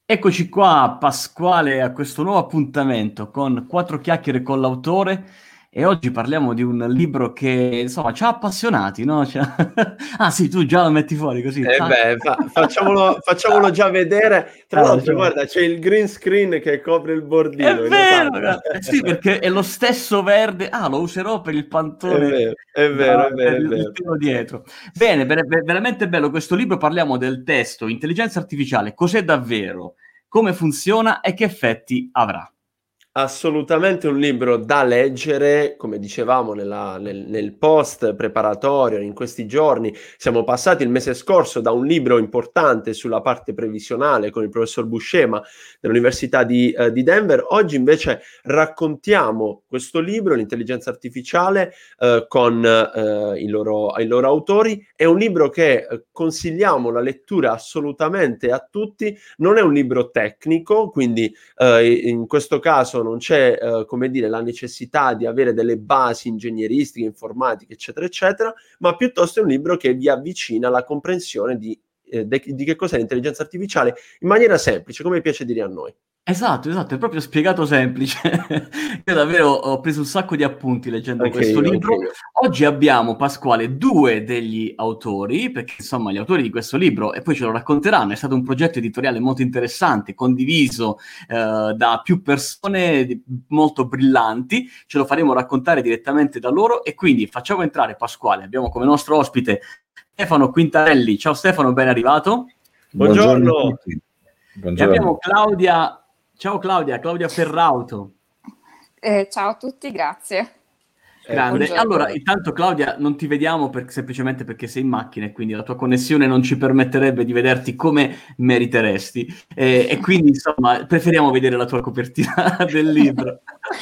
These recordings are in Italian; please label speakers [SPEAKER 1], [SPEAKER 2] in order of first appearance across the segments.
[SPEAKER 1] Eccoci qua, Pasquale, a questo nuovo appuntamento con Quattro chiacchiere con l'autore e oggi parliamo di un libro che, insomma, ci ha appassionati, no? Ah sì, tu già lo metti fuori così,
[SPEAKER 2] Eh
[SPEAKER 1] tac.
[SPEAKER 2] beh, facciamolo già vedere. Tra
[SPEAKER 1] Allora,
[SPEAKER 2] l'altro, guarda, c'è il green screen che copre il
[SPEAKER 1] è
[SPEAKER 2] bordino, hai
[SPEAKER 1] vero,
[SPEAKER 2] notato?
[SPEAKER 1] ragazzi. Sì, perché è lo stesso verde. Ah, lo userò per il
[SPEAKER 2] È
[SPEAKER 1] pantone,
[SPEAKER 2] vero, è vero, è
[SPEAKER 1] per
[SPEAKER 2] vero, è
[SPEAKER 1] il
[SPEAKER 2] vero.
[SPEAKER 1] telo dietro. Bene, veramente bello questo libro. Parliamo del testo, intelligenza artificiale, cos'è davvero, come funziona e che effetti avrà.
[SPEAKER 2] Assolutamente un libro da leggere, come dicevamo nel post preparatorio in questi giorni. Siamo passati il mese scorso da un libro importante sulla parte previsionale con il professor Buscema dell'Università di Denver. Oggi invece raccontiamo questo libro, l'intelligenza artificiale, con i loro autori. È un libro che consigliamo la lettura assolutamente a tutti. Non è un libro tecnico, quindi in questo caso non c'è, come dire, la necessità di avere delle basi ingegneristiche, informatiche, eccetera, eccetera, ma piuttosto è un libro che vi avvicina alla comprensione di che cos'è l'intelligenza artificiale in maniera semplice, come piace dire a noi.
[SPEAKER 1] Esatto, esatto, è proprio spiegato semplice. Io davvero ho preso un sacco di appunti leggendo
[SPEAKER 2] Anche
[SPEAKER 1] questo
[SPEAKER 2] io, anche
[SPEAKER 1] libro.
[SPEAKER 2] io.
[SPEAKER 1] Oggi abbiamo, Pasquale, due degli autori, perché insomma gli autori di questo libro, e poi ce lo racconteranno, è stato un progetto editoriale molto interessante, condiviso da più persone molto brillanti, ce lo faremo raccontare direttamente da loro e quindi facciamo entrare Pasquale, abbiamo come nostro ospite Stefano Quintarelli. Ciao Stefano, ben arrivato.
[SPEAKER 3] Buongiorno a
[SPEAKER 2] Buongiorno.
[SPEAKER 3] tutti.
[SPEAKER 1] E abbiamo
[SPEAKER 3] Buongiorno.
[SPEAKER 1] Claudia. Ciao Claudia, Claudia Ferrauto.
[SPEAKER 4] Ciao a tutti, grazie.
[SPEAKER 1] Grande.
[SPEAKER 4] Buongiorno.
[SPEAKER 1] Allora, intanto Claudia, non ti vediamo semplicemente perché sei in macchina e quindi la tua connessione non ci permetterebbe di vederti come meriteresti. E quindi, insomma, preferiamo vedere la tua copertina del libro.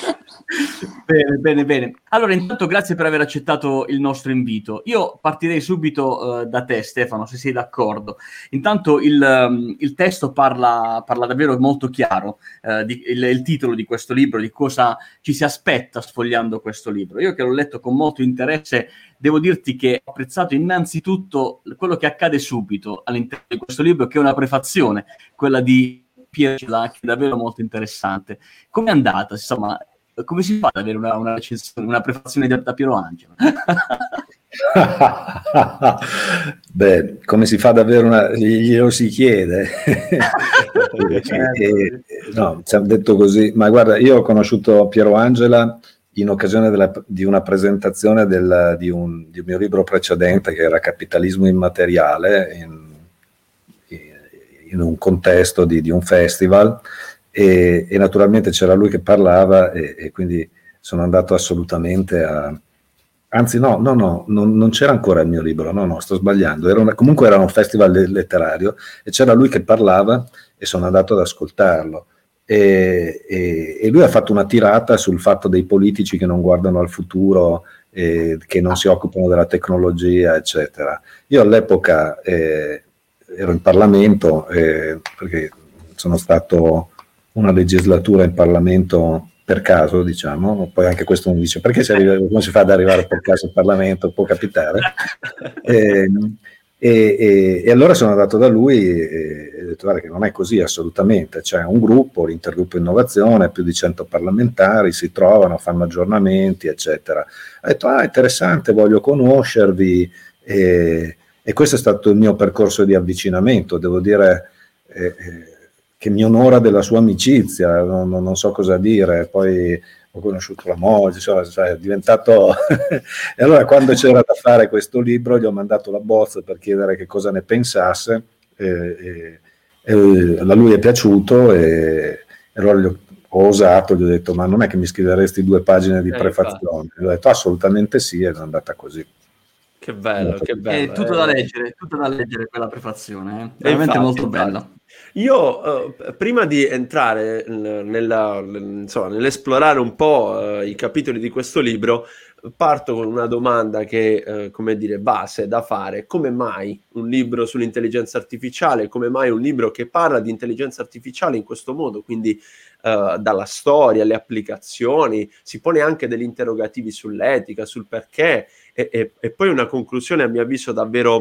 [SPEAKER 1] Bene, bene, bene. Allora, intanto grazie per aver accettato il nostro invito. Io partirei subito da te, Stefano, se sei d'accordo. Intanto il testo parla davvero molto chiaro, il titolo di questo libro, di cosa ci si aspetta sfogliando questo libro. Io che l'ho letto con molto interesse, devo dirti che ho apprezzato innanzitutto quello che accade subito all'interno di questo libro, che è una prefazione, quella di Piero Cela, che è davvero molto interessante. Come è andata? Insomma, come si fa ad avere una recensione, una prefazione da Piero Angelo?
[SPEAKER 3] Beh, come si fa ad avere una... glielo si chiede. No, ci hanno detto così. Ma guarda, io ho conosciuto Piero Angela in occasione di una presentazione di un mio libro precedente che era Capitalismo immateriale in un contesto di un festival e naturalmente c'era lui che parlava e quindi sono andato assolutamente a... Anzi non c'era ancora il mio libro, no, sto sbagliando, comunque era un festival letterario e c'era lui che parlava e sono andato ad ascoltarlo. E lui ha fatto una tirata sul fatto dei politici che non guardano al futuro, che non si occupano della tecnologia, eccetera. Io all'epoca ero in Parlamento perché sono stato una legislatura in Parlamento per caso, diciamo, poi anche questo uno dice perché come si fa ad arrivare per caso in Parlamento, può capitare. E allora sono andato da lui e ho detto guarda che non è così assolutamente, c'è un gruppo, l'intergruppo innovazione, più di 100 parlamentari, si trovano, fanno aggiornamenti, eccetera. Ho detto interessante, voglio conoscervi e questo è stato il mio percorso di avvicinamento, devo dire che mi onora della sua amicizia, non so cosa dire, poi ho conosciuto la moglie, insomma, è diventato... E allora quando c'era da fare questo libro gli ho mandato la bozza per chiedere che cosa ne pensasse, a lui è piaciuto e allora ho osato, gli ho detto ma non è che mi scriveresti 2 pagine di prefazione? Gli ho detto assolutamente sì ed è andata così.
[SPEAKER 2] Che bello, che
[SPEAKER 1] È
[SPEAKER 2] bello.
[SPEAKER 1] tutto da leggere quella prefazione,
[SPEAKER 2] E
[SPEAKER 1] veramente molto
[SPEAKER 2] infatti.
[SPEAKER 1] bella.
[SPEAKER 2] Io, prima di entrare insomma, nell'esplorare un po' i capitoli di questo libro, parto con una domanda che, come dire, base da fare. Come mai un libro sull'intelligenza artificiale? Come mai un libro che parla di intelligenza artificiale in questo modo? Quindi, dalla storia, le applicazioni, si pone anche degli interrogativi sull'etica, sul perché, e poi una conclusione, a mio avviso, davvero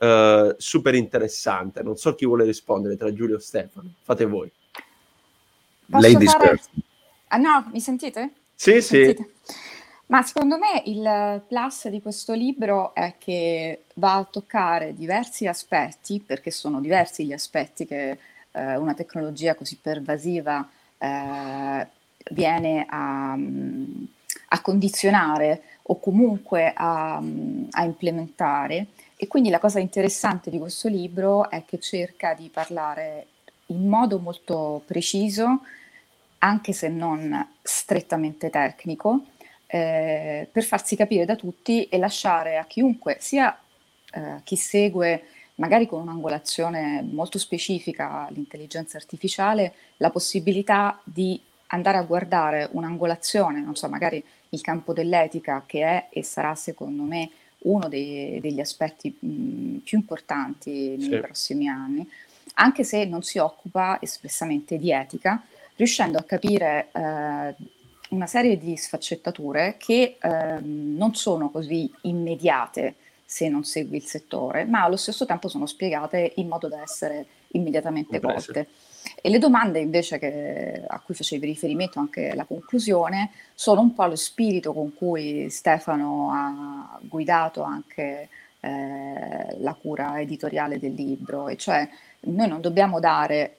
[SPEAKER 2] super interessante. Non so chi vuole rispondere tra Giulio e Stefano, fate voi.
[SPEAKER 3] Ladies first.
[SPEAKER 4] Ah, no, mi sentite?
[SPEAKER 2] Sì,
[SPEAKER 4] mi
[SPEAKER 2] sì.
[SPEAKER 4] Sentite? Ma secondo me il plus di questo libro è che va a toccare diversi aspetti, perché sono diversi gli aspetti che una tecnologia così pervasiva viene a condizionare o comunque a implementare. E quindi la cosa interessante di questo libro è che cerca di parlare in modo molto preciso, anche se non strettamente tecnico, per farsi capire da tutti e lasciare a chiunque, sia chi segue magari con un'angolazione molto specifica l'intelligenza artificiale, la possibilità di andare a guardare un'angolazione, non so, magari il campo dell'etica, che è e sarà secondo me uno degli aspetti più importanti nei prossimi anni, anche se non si occupa espressamente di etica, riuscendo a capire una serie di sfaccettature che non sono così immediate se non segui il settore, ma allo stesso tempo sono spiegate in modo da essere immediatamente colte. E le domande invece a cui facevi riferimento, anche la conclusione, sono un po' lo spirito con cui Stefano ha guidato anche la cura editoriale del libro, e cioè noi non dobbiamo dare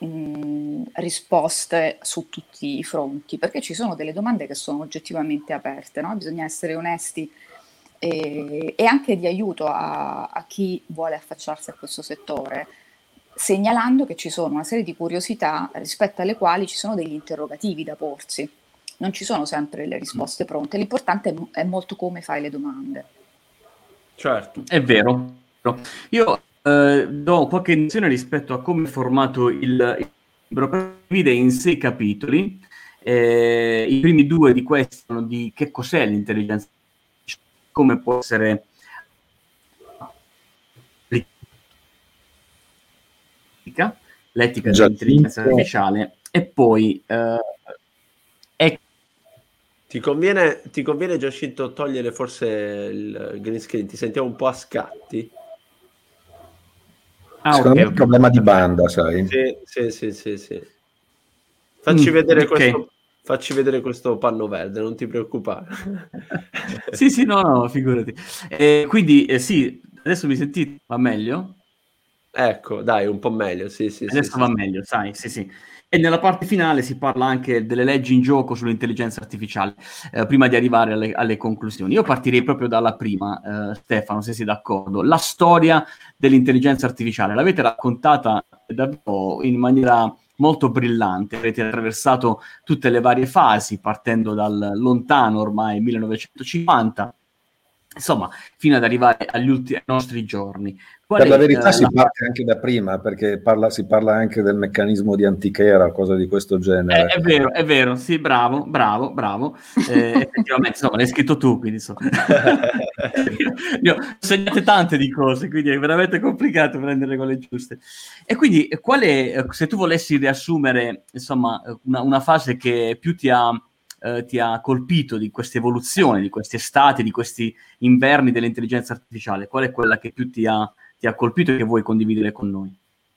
[SPEAKER 4] risposte su tutti i fronti, perché ci sono delle domande che sono oggettivamente aperte, no? Bisogna essere onesti e anche di aiuto a chi vuole affacciarsi a questo settore, segnalando che ci sono una serie di curiosità rispetto alle quali ci sono degli interrogativi da porsi. Non ci sono sempre le risposte pronte, l'importante è molto come fai le domande.
[SPEAKER 1] Certo. È vero. Io do qualche indicazione rispetto a come è formato il libro. Divide in 6 capitoli. I primi 2 di questi sono di che cos'è l'intelligenza, come può essere l'etica dell'intelligenza artificiale, e poi
[SPEAKER 2] ti conviene Giacinto togliere forse il green screen, ti sentiamo un po' a scatti.
[SPEAKER 3] Secondo me è un problema di banda, sai?
[SPEAKER 2] Sì. Facci vedere questo panno verde, non ti preoccupare.
[SPEAKER 1] Sì, no, figurati. Quindi sì, adesso mi sentite? Va meglio?
[SPEAKER 2] Ecco, dai, un po' meglio, sì.
[SPEAKER 1] Adesso va meglio, sai, sì. E nella parte finale si parla anche delle leggi in gioco sull'intelligenza artificiale, prima di arrivare alle conclusioni. Io partirei proprio dalla prima, Stefano, se sei d'accordo. La storia dell'intelligenza artificiale, l'avete raccontata davvero in maniera molto brillante, avete attraversato tutte le varie fasi, partendo dal lontano ormai 1950, insomma, fino ad arrivare ai nostri giorni.
[SPEAKER 3] Per la verità si parte anche da prima, perché si parla anche del meccanismo di antichera, cosa di questo genere.
[SPEAKER 1] È vero, sì, bravo. Effettivamente, insomma, l'hai scritto tu, quindi insomma. Io ho segnato tante di cose, quindi è veramente complicato prendere quelle giuste. E quindi, se tu volessi riassumere, insomma, una fase che più ti ha colpito di questa evoluzione, di questi estati, di questi inverni dell'intelligenza artificiale, qual è quella che più ti ha colpito e che vuoi condividere con noi?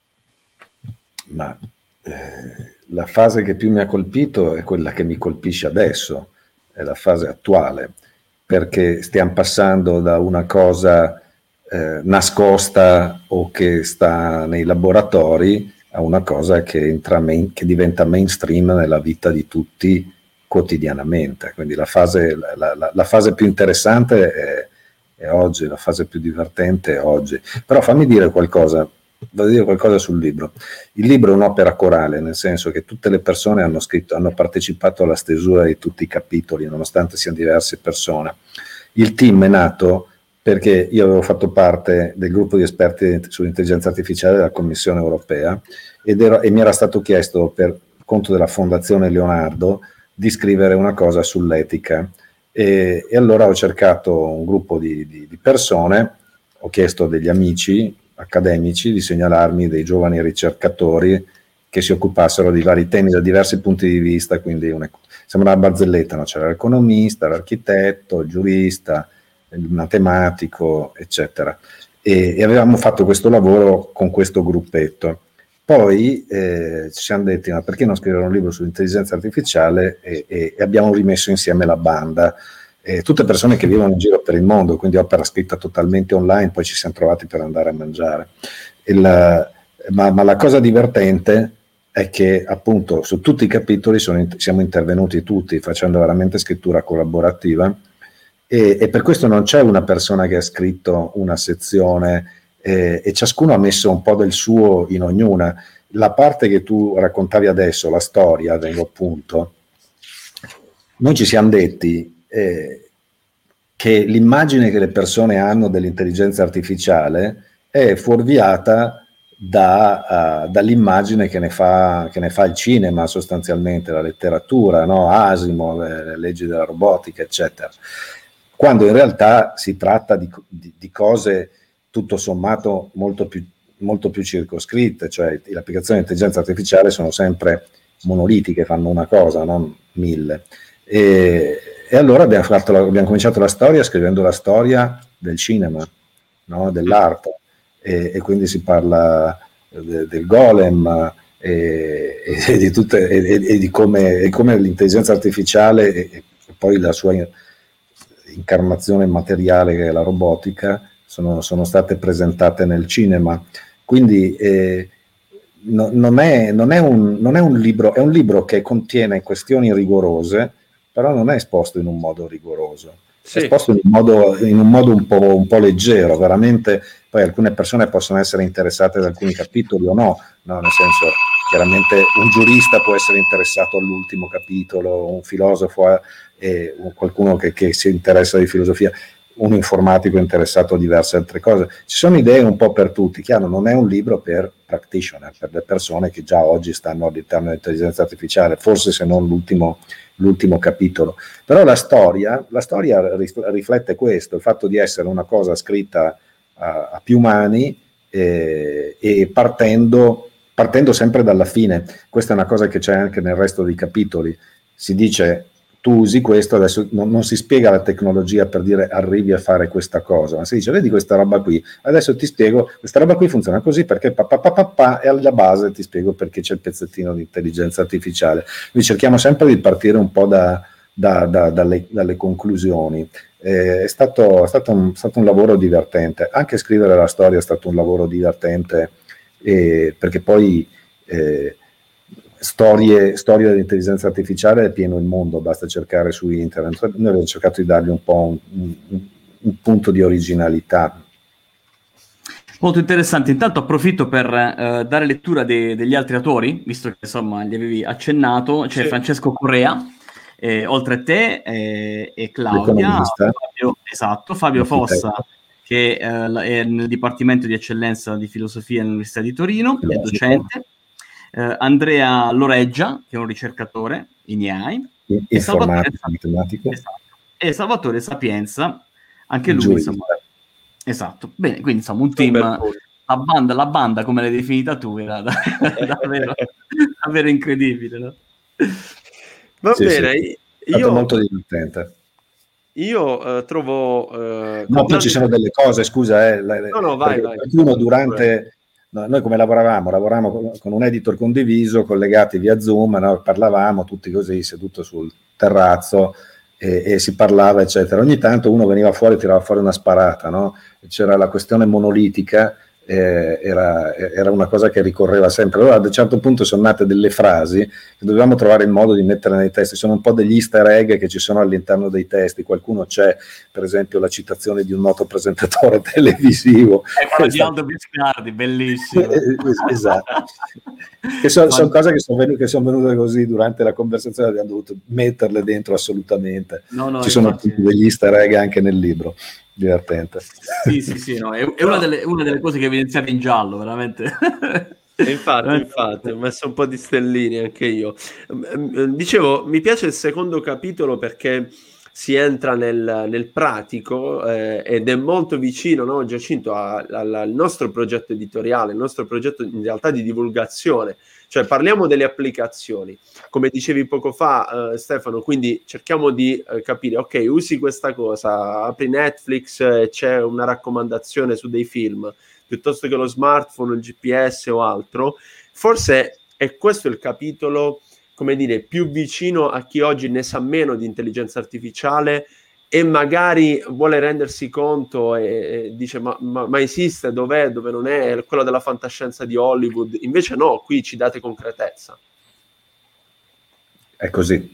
[SPEAKER 3] Ma la fase che più mi ha colpito è quella che mi colpisce adesso, è la fase attuale, perché stiamo passando da una cosa nascosta o che sta nei laboratori a una cosa che diventa mainstream nella vita di tutti quotidianamente. Quindi la fase più interessante è oggi, la fase più divertente è oggi. Però fammi dire qualcosa, voglio dire qualcosa sul libro. Il libro è un'opera corale, nel senso che tutte le persone hanno partecipato alla stesura di tutti i capitoli, nonostante siano diverse persone. Il team è nato perché io avevo fatto parte del gruppo di esperti sull'intelligenza artificiale della Commissione europea e mi era stato chiesto, per conto della Fondazione Leonardo, di scrivere una cosa sull'etica. E allora ho cercato un gruppo di persone, ho chiesto a degli amici accademici di segnalarmi dei giovani ricercatori che si occupassero di vari temi da diversi punti di vista, quindi sembra una barzelletta, no? C'era l'economista, l'architetto, il giurista, il matematico, eccetera. e avevamo fatto questo lavoro con questo gruppetto. Poi ci siamo detti, ma perché non scrivere un libro sull'intelligenza artificiale, e abbiamo rimesso insieme la banda. Tutte persone che vivono in giro per il mondo, quindi opera scritta totalmente online, poi ci siamo trovati per andare a mangiare. Ma la cosa divertente è che appunto su tutti i capitoli siamo intervenuti tutti facendo veramente scrittura collaborativa, e per questo non c'è una persona che ha scritto una sezione e ciascuno ha messo un po' del suo in ognuna. La parte che tu raccontavi adesso, la storia, vengo appunto, noi ci siamo detti che l'immagine che le persone hanno dell'intelligenza artificiale è fuorviata dall'immagine che ne fa il cinema, sostanzialmente, la letteratura, no? Asimov, le leggi della robotica, eccetera. Quando in realtà si tratta di cose tutto sommato molto più circoscritte, cioè le applicazioni di intelligenza artificiale sono sempre monolitiche, fanno una cosa, non 1000. E allora abbiamo cominciato la storia scrivendo la storia del cinema, no? Dell'arte, e quindi si parla del golem e di come l'intelligenza artificiale e poi la sua incarnazione materiale, che è la robotica, sono state presentate nel cinema. Quindi non è un libro, è un libro che contiene questioni rigorose, però non è esposto in un modo rigoroso, sì. È esposto in un modo un po' leggero, veramente. Poi alcune persone possono essere interessate ad alcuni capitoli o no, nel senso, chiaramente un giurista può essere interessato all'ultimo capitolo, un filosofo qualcuno che si interessa di filosofia, un informatico interessato a diverse altre cose. Ci sono idee un po' per tutti. Chiaro, non è un libro per practitioner, per le persone che già oggi stanno all'interno dell'intelligenza artificiale, forse se non l'ultimo capitolo. Però la storia riflette questo, il fatto di essere una cosa scritta a più mani e partendo sempre dalla fine. Questa è una cosa che c'è anche nel resto dei capitoli. Si dice: tu usi questo, adesso non si spiega la tecnologia per dire arrivi a fare questa cosa, ma si dice: vedi questa roba qui, adesso ti spiego, questa roba qui funziona così perché e alla base ti spiego perché c'è il pezzettino di intelligenza artificiale. Quindi cerchiamo sempre di partire un po' dalle conclusioni. È stato un lavoro divertente, anche scrivere la storia è stato un lavoro divertente, perché poi storie dell'intelligenza artificiale è pieno il mondo, basta cercare su internet. Noi abbiamo cercato di dargli un po' un punto di originalità.
[SPEAKER 1] Molto interessante. Intanto approfitto per dare lettura degli altri autori, visto che insomma li avevi accennato. C'è Francesco Correa, oltre a te, e Claudia, Fabio Fossa, che è nel Dipartimento di Eccellenza di Filosofia all'Università di Torino, è docente. Andrea Loreggia, che è un ricercatore INEAI, e Salvatore Sapienza, anche lui, insomma. Esatto. Bene, quindi insomma un team, la banda come l'hai definita tu, era davvero incredibile, no?
[SPEAKER 2] Va bene,
[SPEAKER 3] io molto divertente.
[SPEAKER 2] Io trovo
[SPEAKER 3] poi ci sono delle cose, scusa,
[SPEAKER 2] vai.
[SPEAKER 3] Qualcuno durante noi come lavoravamo con un editor condiviso, collegati via Zoom, no? Parlavamo tutti così seduto sul terrazzo e si parlava, eccetera. Ogni tanto uno veniva fuori, tirava fuori una sparata, no? C'era la questione monolitica, era una cosa che ricorreva sempre. Allora, ad un certo punto sono nate delle frasi che dovevamo trovare il modo di mettere nei testi. Sono un po' degli easter egg che ci sono all'interno dei testi. Qualcuno c'è, per esempio, la citazione di un noto presentatore televisivo.
[SPEAKER 1] È quello di Aldo Biscardi, bellissimo.
[SPEAKER 3] Esatto. Che sono cose che sono venute così durante la conversazione, abbiamo dovuto metterle dentro assolutamente. Ci sono tutti degli easter egg anche nel libro. Divertente.
[SPEAKER 1] Sì, no, è una delle cose che evidenziate in giallo, veramente.
[SPEAKER 2] Infatti, ho messo un po' di stellini anche io. Dicevo, mi piace il secondo capitolo perché si entra nel pratico, ed è molto vicino, no, Giacinto, al nostro progetto editoriale, il nostro progetto in realtà di divulgazione. Cioè parliamo delle applicazioni, come dicevi poco fa, Stefano, quindi cerchiamo di capire, ok, usi questa cosa, apri Netflix e c'è una raccomandazione su dei film, piuttosto che lo smartphone, il GPS o altro. Forse è questo il capitolo, come dire, più vicino a chi oggi ne sa meno di intelligenza artificiale e magari vuole rendersi conto e dice ma esiste, dov'è, dove non è quello della fantascienza di Hollywood. Invece no, qui ci date concretezza.
[SPEAKER 3] È così.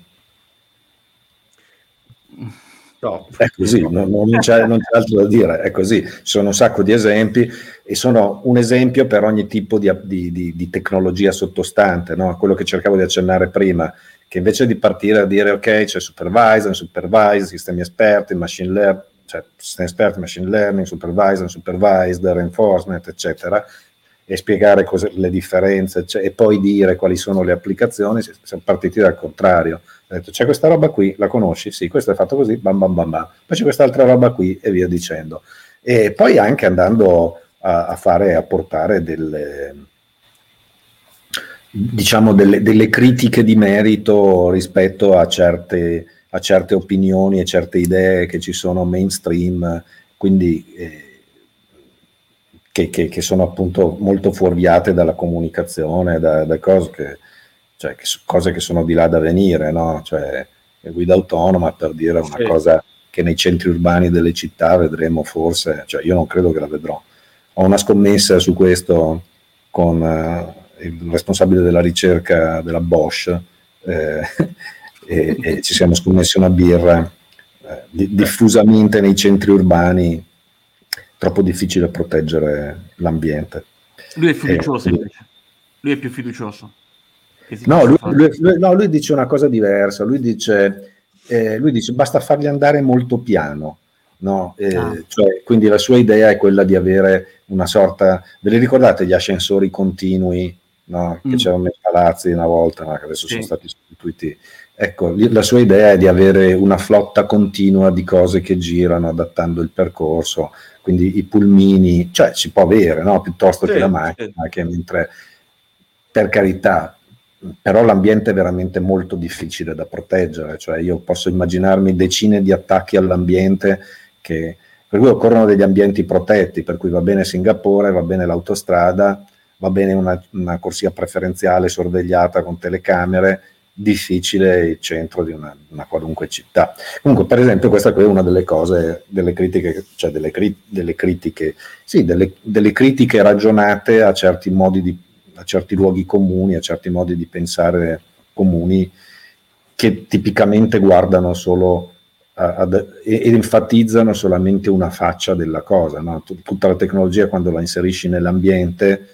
[SPEAKER 2] Top.
[SPEAKER 3] È così, non c'è altro da dire, è così. Ci sono un sacco di esempi e sono un esempio per ogni tipo di tecnologia sottostante, no? Quello che cercavo di accennare prima, che invece di partire a dire ok, c'è supervised, unsupervised, sistemi esperti, machine learning, cioè sistemi esperti, machine learning, supervised, unsupervised, reinforcement, eccetera, e spiegare le differenze, e poi dire quali sono le applicazioni, siamo partiti dal contrario. Ho detto, c'è questa roba qui, la conosci? Sì, questo è fatto così, bam bam bam bam. Poi c'è quest'altra roba qui e via dicendo. E poi anche andando a portare delle critiche di merito rispetto a certe opinioni e certe idee che ci sono mainstream, quindi che sono appunto molto fuorviate dalla comunicazione, da cose che sono di là da venire, no? Cioè, guida autonoma, per dire una cosa che nei centri urbani delle città vedremo forse, cioè io non credo che la vedrò. Ho una scommessa su questo con il responsabile della ricerca della Bosch e ci siamo scommessi una birra diffusamente nei centri urbani. Troppo difficile proteggere l'ambiente.
[SPEAKER 1] Lui è fiducioso invece. Lui è più fiducioso.
[SPEAKER 3] No, lui dice una cosa diversa. Lui dice basta farli andare molto piano. No? Cioè, quindi la sua idea è quella di avere una sorta. Ve li ricordate gli ascensori continui, no? Che c'erano nei palazzi una volta, no? Che adesso sono stati sostituiti. Ecco, la sua idea è di avere una flotta continua di cose che girano adattando il percorso, quindi i pulmini, cioè si può avere, no? Piuttosto che la macchina, che mentre, per carità, però l'ambiente è veramente molto difficile da proteggere, cioè io posso immaginarmi decine di attacchi all'ambiente per cui occorrono degli ambienti protetti, per cui va bene Singapore, va bene l'autostrada, va bene una corsia preferenziale sorvegliata con telecamere, difficile il centro di una qualunque città. Comunque, per esempio, questa qui è una delle cose, delle critiche, cioè delle critiche, sì, delle critiche ragionate a certi modi a certi luoghi comuni, a certi modi di pensare comuni, che tipicamente guardano solo ed enfatizzano solamente una faccia della cosa, no? Tutta la tecnologia, quando la inserisci nell'ambiente,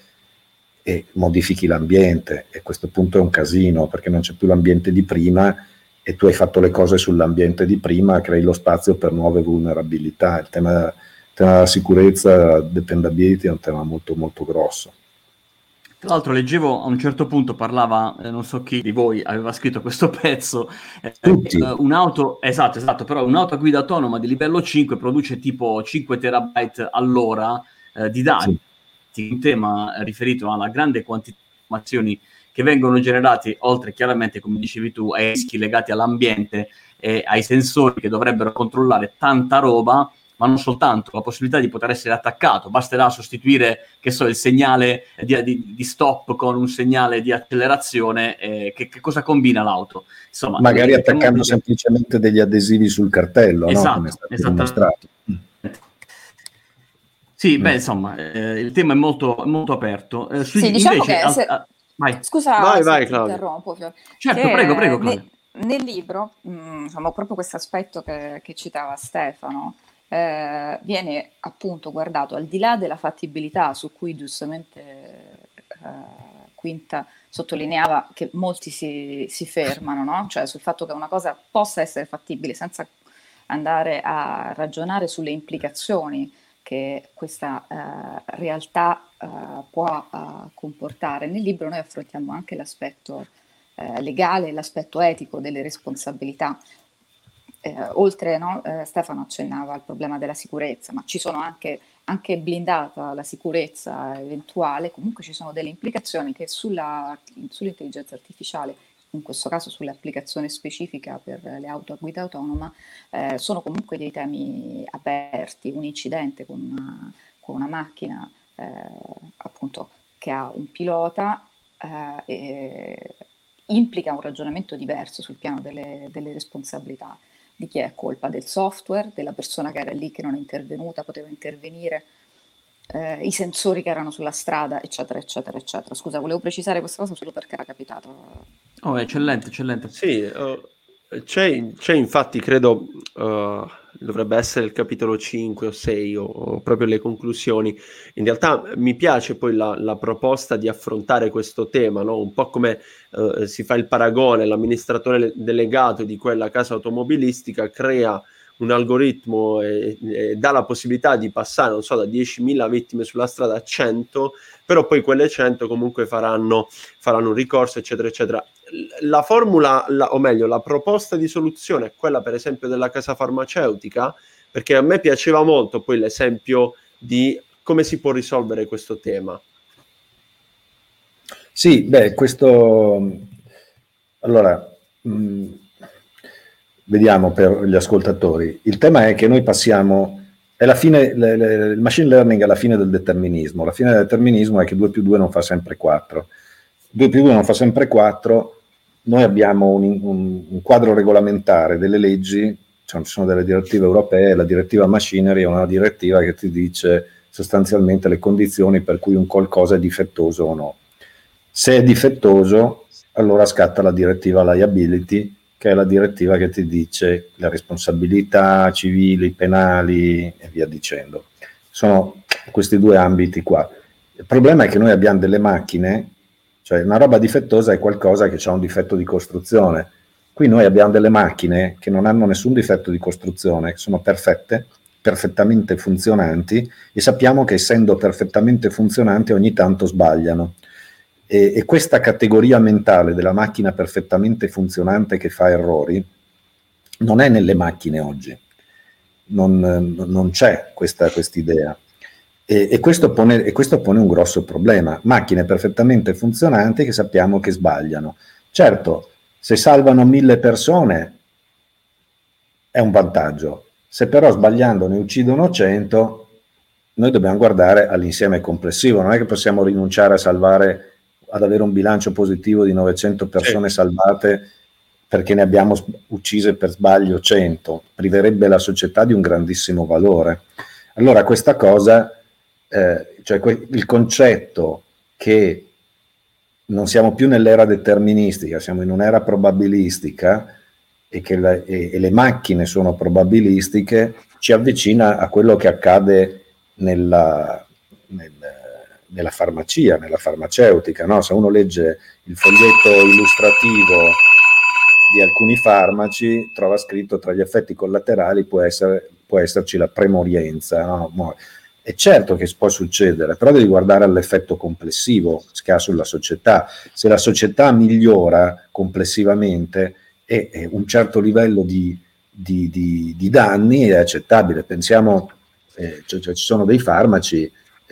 [SPEAKER 3] e modifichi l'ambiente, e a questo punto è un casino, perché non c'è più l'ambiente di prima e tu hai fatto le cose sull'ambiente di prima, crei lo spazio per nuove vulnerabilità. Il tema della sicurezza, dependability, è un tema molto molto grosso.
[SPEAKER 1] Tra l'altro leggevo a un certo punto, parlava, non so chi di voi aveva scritto questo pezzo, un'auto, esatto, però un'auto a guida autonoma di livello 5 produce tipo 5 terabyte all'ora di dati. Sì. Un tema riferito alla grande quantità di informazioni che vengono generate, oltre chiaramente, come dicevi tu, ai rischi legati all'ambiente e ai sensori che dovrebbero controllare tanta roba, ma non soltanto, la possibilità di poter essere attaccato. Basterà sostituire, che so, il segnale di stop con un segnale di accelerazione. Che cosa combina l'auto? Insomma,
[SPEAKER 3] magari attaccando semplicemente degli adesivi sul cartello,
[SPEAKER 1] esatto,
[SPEAKER 3] no? Come è stato dimostrato.
[SPEAKER 1] Sì, beh, insomma, il tema è molto, molto aperto.
[SPEAKER 4] Sì, diciamo invece,
[SPEAKER 1] vai.
[SPEAKER 4] Scusa,
[SPEAKER 2] vai,
[SPEAKER 4] ti interrompo.
[SPEAKER 1] Certo, prego, Claudio.
[SPEAKER 4] Nel libro, diciamo, proprio questo aspetto che citava Stefano, viene appunto guardato al di là della fattibilità, su cui giustamente Quinta sottolineava che molti si fermano, no? Cioè sul fatto che una cosa possa essere fattibile senza andare a ragionare sulle implicazioni che questa realtà può comportare. Nel libro noi affrontiamo anche l'aspetto legale, l'aspetto etico delle responsabilità. oltre, no, Stefano accennava al problema della sicurezza, ma ci sono anche blindata la sicurezza eventuale, comunque ci sono delle implicazioni che sull'intelligenza artificiale, in questo caso sull'applicazione specifica per le auto a guida autonoma, sono comunque dei temi aperti. Un incidente con una macchina appunto che ha un pilota implica un ragionamento diverso sul piano delle responsabilità. Di chi è colpa? Del software, della persona che era lì che non è intervenuta, poteva intervenire, i sensori che erano sulla strada, eccetera, eccetera, eccetera. Scusa, volevo precisare questa cosa solo perché era capitato.
[SPEAKER 1] Oh, eccellente, eccellente.
[SPEAKER 2] Sì, c'è infatti, credo, dovrebbe essere il capitolo 5 o 6 o proprio le conclusioni. In realtà mi piace poi la proposta di affrontare questo tema, no? Un po' come si fa il paragone, l'amministratore delegato di quella casa automobilistica crea un algoritmo e dà la possibilità di passare, non so, da 10.000 vittime sulla strada a 100, però poi quelle 100 comunque faranno un ricorso, eccetera, eccetera. La formula, o meglio, la proposta di soluzione è quella, per esempio, della casa farmaceutica, perché a me piaceva molto poi l'esempio di come si può risolvere questo tema.
[SPEAKER 3] Sì, beh, questo... Allora, vediamo per gli ascoltatori. Il tema è che noi passiamo... È la fine, il machine learning è la fine del determinismo. La fine del determinismo è che 2 più 2 non fa sempre 4. 2 più 2 non fa sempre 4. Noi abbiamo un quadro regolamentare delle leggi, cioè ci sono delle direttive europee, la direttiva machinery è una direttiva che ti dice sostanzialmente le condizioni per cui un qualcosa è difettoso o no. Se è difettoso, allora scatta la direttiva liability, che è la direttiva che ti dice le responsabilità civili, penali e via dicendo. Sono questi 2 ambiti qua. Il problema è che noi abbiamo delle macchine, cioè una roba difettosa è qualcosa che ha un difetto di costruzione. Qui noi abbiamo delle macchine che non hanno nessun difetto di costruzione, che sono perfette, perfettamente funzionanti, e sappiamo che essendo perfettamente funzionanti ogni tanto sbagliano. E questa categoria mentale della macchina perfettamente funzionante che fa errori non è nelle macchine oggi, non c'è questa idea. E questo pone un grosso problema. Macchine perfettamente funzionanti che sappiamo che sbagliano. Certo, se salvano 1000 persone è un vantaggio, se però sbagliando ne uccidono 100, noi dobbiamo guardare all'insieme complessivo, non è che possiamo rinunciare ad avere un bilancio positivo di 900 persone salvate perché ne abbiamo uccise per sbaglio 100, priverebbe la società di un grandissimo valore. Allora questa cosa, cioè il concetto che non siamo più nell'era deterministica, siamo in un'era probabilistica e che le macchine sono probabilistiche, ci avvicina a quello che accade nella farmacia, nella farmaceutica, no? Se uno legge il foglietto illustrativo di alcuni farmaci, trova scritto tra gli effetti collaterali può esserci la premorienza, no? È certo che può succedere, però devi guardare all'effetto complessivo che ha sulla società. Se la società migliora complessivamente e un certo livello di danni è accettabile. Pensiamo, ci sono dei farmaci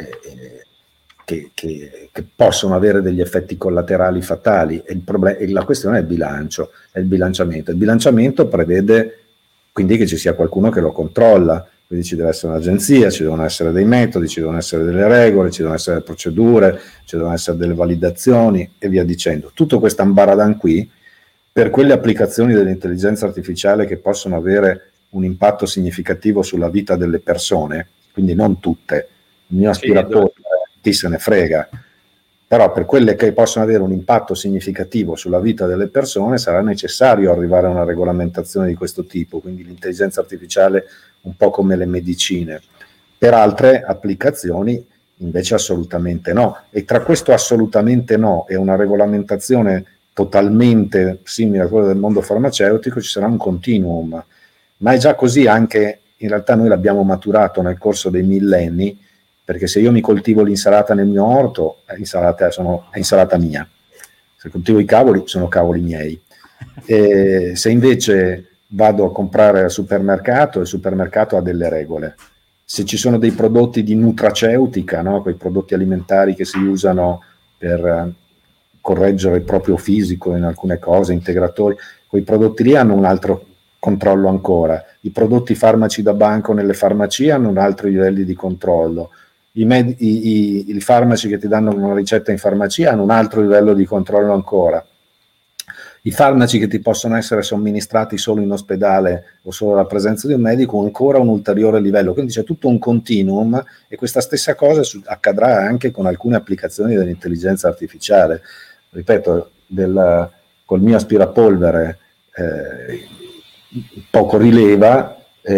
[SPEAKER 3] che possono avere degli effetti collaterali fatali e la questione è il bilancio, è il bilanciamento. Il bilanciamento prevede quindi che ci sia qualcuno che lo controlla, quindi ci deve essere un'agenzia, ci devono essere dei metodi, ci devono essere delle regole, ci devono essere delle procedure, ci devono essere delle validazioni e via dicendo. Tutto questo ambaradan qui, per quelle applicazioni dell'intelligenza artificiale che possono avere un impatto significativo sulla vita delle persone, quindi non tutte, il mio aspiratore, chi se ne frega, però per quelle che possono avere un impatto significativo sulla vita delle persone sarà necessario arrivare a una regolamentazione di questo tipo, quindi l'intelligenza artificiale un po' come le medicine. Per altre applicazioni invece assolutamente no, e tra questo assolutamente no e una regolamentazione totalmente simile a quella del mondo farmaceutico ci sarà un continuum, ma è già così anche, in realtà noi l'abbiamo maturato nel corso dei millenni, perché se io mi coltivo l'insalata nel mio orto, è insalata mia, se coltivo i cavoli sono cavoli miei, e se invece vado a comprare al supermercato, il supermercato ha delle regole. Se ci sono dei prodotti di nutraceutica, no? Quei prodotti alimentari che si usano per correggere il proprio fisico in alcune cose, integratori, quei prodotti lì hanno un altro controllo ancora. I prodotti farmaci da banco nelle farmacie hanno un altro livelli di controllo. I farmaci che ti danno una ricetta in farmacia hanno un altro livello di controllo ancora. I farmaci che ti possono essere somministrati solo in ospedale o solo alla presenza di un medico, ancora un ulteriore livello. Quindi c'è tutto un continuum, e questa stessa cosa accadrà anche con alcune applicazioni dell'intelligenza artificiale. Ripeto, col mio aspirapolvere poco rileva,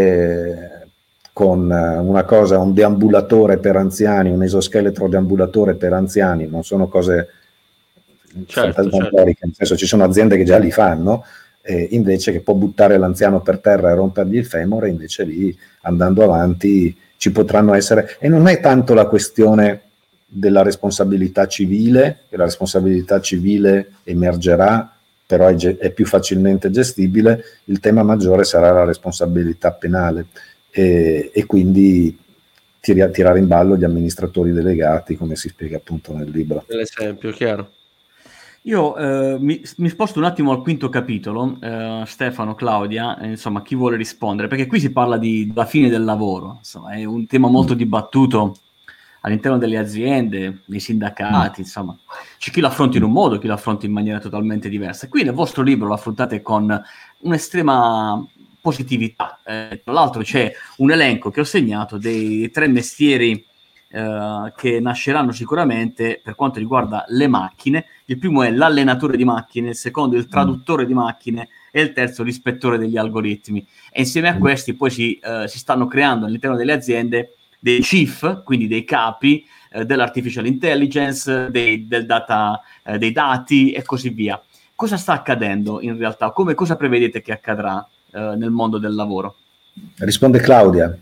[SPEAKER 3] con una cosa, un deambulatore per anziani, un esoscheletro deambulatore per anziani, non sono cose fantasmagoriche, nel senso ci sono aziende che già li fanno, invece che può buttare l'anziano per terra e rompergli il femore, invece lì, andando avanti, ci potranno essere, e non è tanto la questione della responsabilità civile, che la responsabilità civile emergerà, però è più facilmente gestibile. Il tema maggiore sarà la responsabilità penale, e quindi tirare in ballo gli amministratori delegati, come si spiega appunto nel libro.
[SPEAKER 2] L'esempio, chiaro.
[SPEAKER 1] Io mi sposto un attimo al quinto capitolo, Stefano, Claudia, insomma, chi vuole rispondere, perché qui si parla della fine del lavoro, insomma, è un tema molto dibattuto all'interno delle aziende, nei sindacati, insomma, c'è chi lo affronta in un modo, chi lo affronta in maniera totalmente diversa. Qui nel vostro libro lo affrontate con un'estrema positività. Tra l'altro c'è un elenco che ho segnato dei 3 mestieri che nasceranno sicuramente per quanto riguarda le macchine. Il primo è l'allenatore di macchine, il secondo il traduttore di macchine e il terzo l'ispettore degli algoritmi. E insieme a questi poi si stanno creando all'interno delle aziende dei chief, quindi dei capi dell'artificial intelligence, del data, dei dati e così via. Cosa sta accadendo in realtà? Cosa prevedete che accadrà nel mondo del lavoro?
[SPEAKER 3] Risponde Claudia.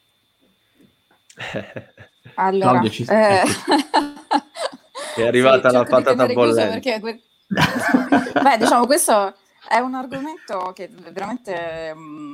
[SPEAKER 4] Allora,
[SPEAKER 1] Claudia
[SPEAKER 2] è arrivata la patata bollente.
[SPEAKER 4] Beh, diciamo, questo è un argomento che veramente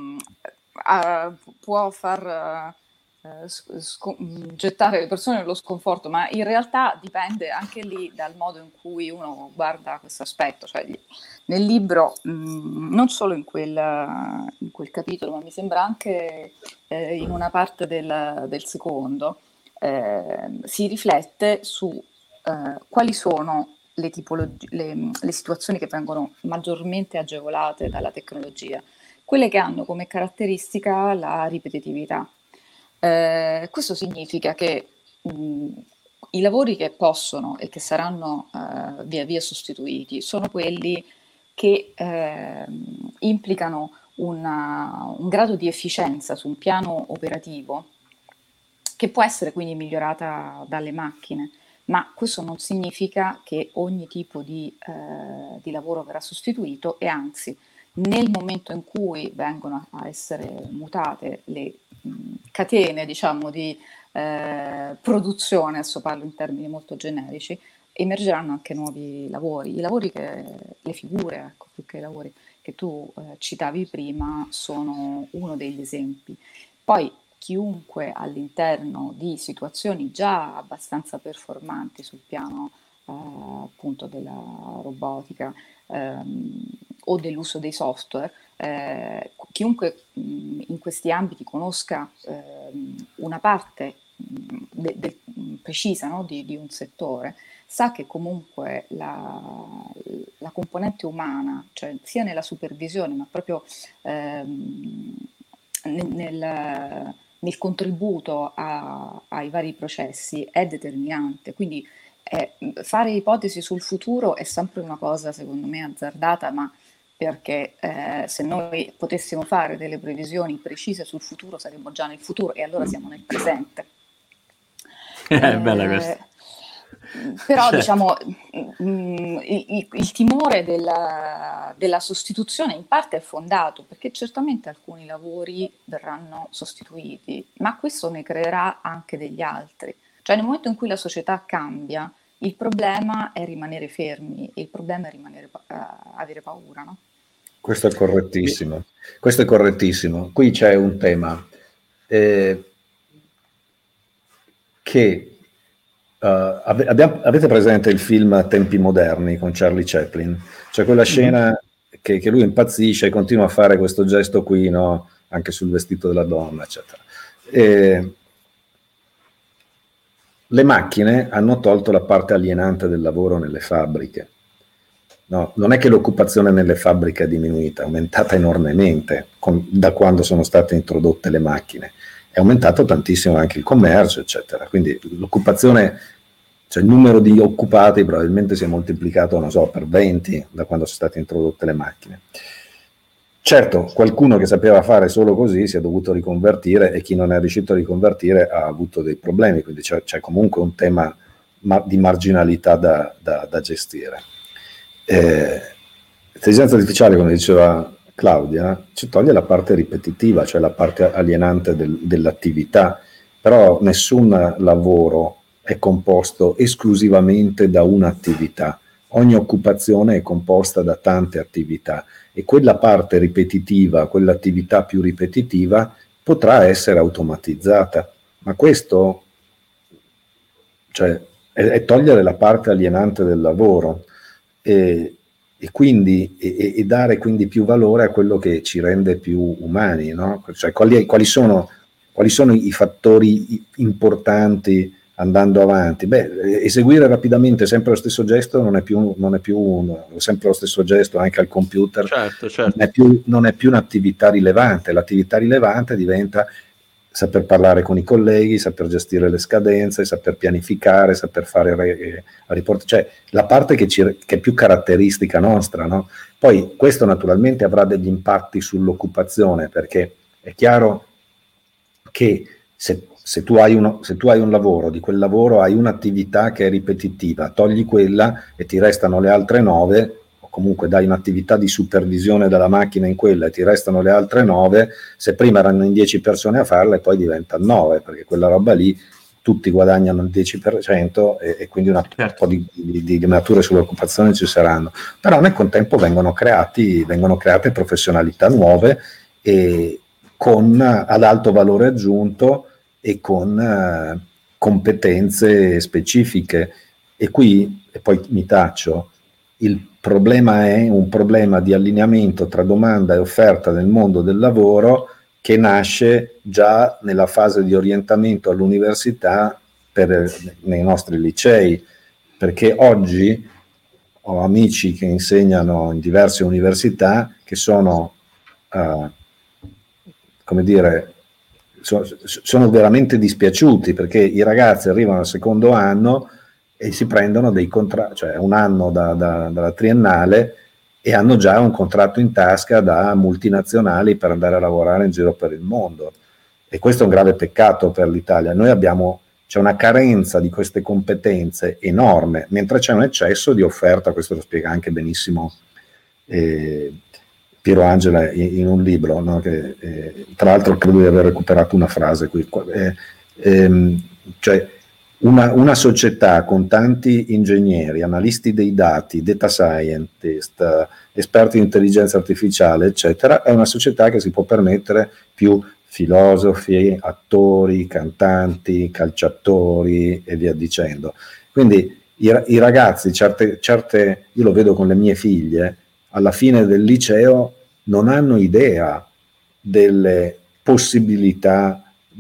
[SPEAKER 4] può far gettare le persone nello sconforto, ma in realtà dipende anche lì dal modo in cui uno guarda questo aspetto. Cioè, nel libro, non solo in quel capitolo, ma mi sembra anche in una parte del secondo, si riflette su quali sono le situazioni che vengono maggiormente agevolate dalla tecnologia, quelle che hanno come caratteristica la ripetitività. Questo significa che i lavori che possono e che saranno via via sostituiti sono quelli che implicano un grado di efficienza su un piano operativo che può essere quindi migliorata dalle macchine, ma questo non significa che ogni tipo di lavoro verrà sostituito, e anzi, nel momento in cui vengono a essere mutate le catene, diciamo, di produzione, adesso parlo in termini molto generici, emergeranno anche nuovi lavori. Le figure, ecco, più che i lavori che tu citavi prima, sono uno degli esempi. Poi chiunque all'interno di situazioni già abbastanza performanti sul piano appunto della robotica o dell'uso dei software, chiunque in questi ambiti conosca una parte precisa, no, di un settore, sa che comunque la componente umana, cioè sia nella supervisione ma proprio nel contributo ai vari processi è determinante. Quindi fare ipotesi sul futuro è sempre una cosa, secondo me, azzardata, ma perché se noi potessimo fare delle previsioni precise sul futuro saremmo già nel futuro, e allora siamo nel presente.
[SPEAKER 1] Bella questa.
[SPEAKER 4] Però diciamo il timore della sostituzione in parte è fondato, perché certamente alcuni lavori verranno sostituiti, ma questo ne creerà anche degli altri. Cioè, nel momento in cui la società cambia, il problema è rimanere fermi, il problema è avere paura, no?
[SPEAKER 3] Questo è correttissimo. Questo è correttissimo. Qui c'è un tema che avete presente il film Tempi moderni con Charlie Chaplin? C'è quella scena che lui impazzisce e continua a fare questo gesto qui, no? Anche sul vestito della donna, eccetera. Le macchine hanno tolto la parte alienante del lavoro nelle fabbriche. No, non è che l'occupazione nelle fabbriche è diminuita, è aumentata enormemente da quando sono state introdotte le macchine. È aumentato tantissimo anche il commercio, eccetera. Quindi l'occupazione, cioè il numero di occupati probabilmente si è moltiplicato, non so, per 20 da quando sono state introdotte le macchine. Certo, qualcuno che sapeva fare solo così si è dovuto riconvertire e chi non è riuscito a riconvertire ha avuto dei problemi, quindi c'è comunque un tema di marginalità da gestire. L'intelligenza artificiale, come diceva Claudia, ci toglie la parte ripetitiva, cioè la parte alienante dell'attività, però nessun lavoro è composto esclusivamente da un'attività, ogni occupazione è composta da tante attività e quella parte ripetitiva, quell'attività più ripetitiva potrà essere automatizzata, ma questo, cioè, è togliere la parte alienante del lavoro e quindi e dare quindi più valore a quello che ci rende più umani, no? Cioè, quali sono i fattori importanti andando avanti? Beh, eseguire rapidamente sempre lo stesso gesto non è più sempre lo stesso gesto anche al computer, certo. Non è più un'attività rilevante. L'attività rilevante diventa saper parlare con i colleghi, saper gestire le scadenze, saper pianificare, saper fare report, cioè la parte che è più caratteristica nostra, no? Poi questo naturalmente avrà degli impatti sull'occupazione, perché è chiaro che se tu hai un lavoro, di quel lavoro hai un'attività che è ripetitiva, togli quella e ti restano le altre 9, comunque dai un'attività di supervisione della macchina in quella e ti restano le altre 9, se prima erano in 10 persone a farla e poi diventa 9, perché quella roba lì tutti guadagnano il 10% e quindi un po' di nature sull'occupazione ci saranno. Però nel contempo vengono create professionalità nuove e ad alto valore aggiunto e con competenze specifiche. E qui, e poi mi taccio, il problema è un problema di allineamento tra domanda e offerta nel mondo del lavoro che nasce già nella fase di orientamento all'università nei nostri licei, perché oggi ho amici che insegnano in diverse università che sono, come dire, sono veramente dispiaciuti perché i ragazzi arrivano al secondo anno e si prendono dei contratti, cioè un anno dalla triennale e hanno già un contratto in tasca da multinazionali per andare a lavorare in giro per il mondo. E questo è un grave peccato per l'Italia. C'è una carenza di queste competenze enorme, mentre c'è un eccesso di offerta, questo lo spiega anche benissimo Piero Angela in un libro, no? Che, tra l'altro credo di aver recuperato una frase qui, cioè una società con tanti ingegneri, analisti dei dati, data scientist, esperti di intelligenza artificiale, eccetera, è una società che si può permettere più filosofi, attori, cantanti, calciatori e via dicendo. Quindi i ragazzi, io lo vedo con le mie figlie, alla fine del liceo non hanno idea delle possibilità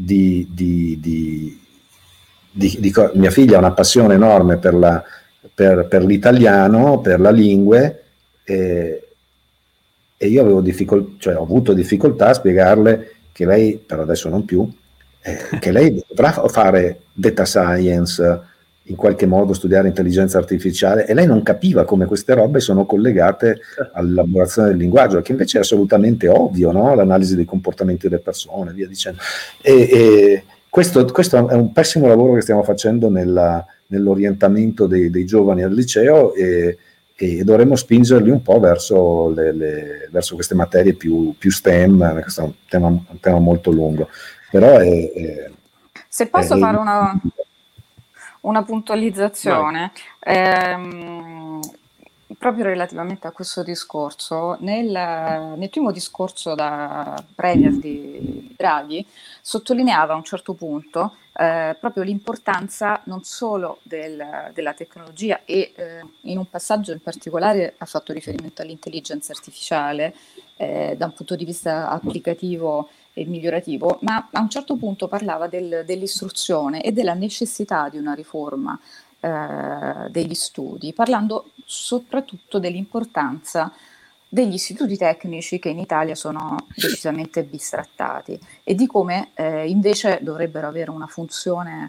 [SPEAKER 3] mia figlia ha una passione enorme per l'italiano, per la lingue, e io ho avuto difficoltà a spiegarle che lei, per adesso non più, che lei dovrà fare data science, in qualche modo studiare intelligenza artificiale, e lei non capiva come queste robe sono collegate all'elaborazione del linguaggio, che invece è assolutamente ovvio, no? L'analisi dei comportamenti delle persone, via dicendo. Questo è un pessimo lavoro che stiamo facendo nell'orientamento dei giovani al liceo e dovremmo spingerli un po' verso queste materie più STEM. Questo è un tema molto lungo. Però
[SPEAKER 4] se posso fare una puntualizzazione, proprio relativamente a questo discorso, nel primo discorso da Premier di Draghi sottolineava a un certo punto proprio l'importanza non solo della tecnologia e in un passaggio in particolare ha fatto riferimento all'intelligenza artificiale da un punto di vista applicativo e migliorativo, ma a un certo punto parlava dell'istruzione e della necessità di una riforma degli studi, parlando soprattutto dell'importanza degli istituti tecnici che in Italia sono decisamente bistrattati e di come invece dovrebbero avere una funzione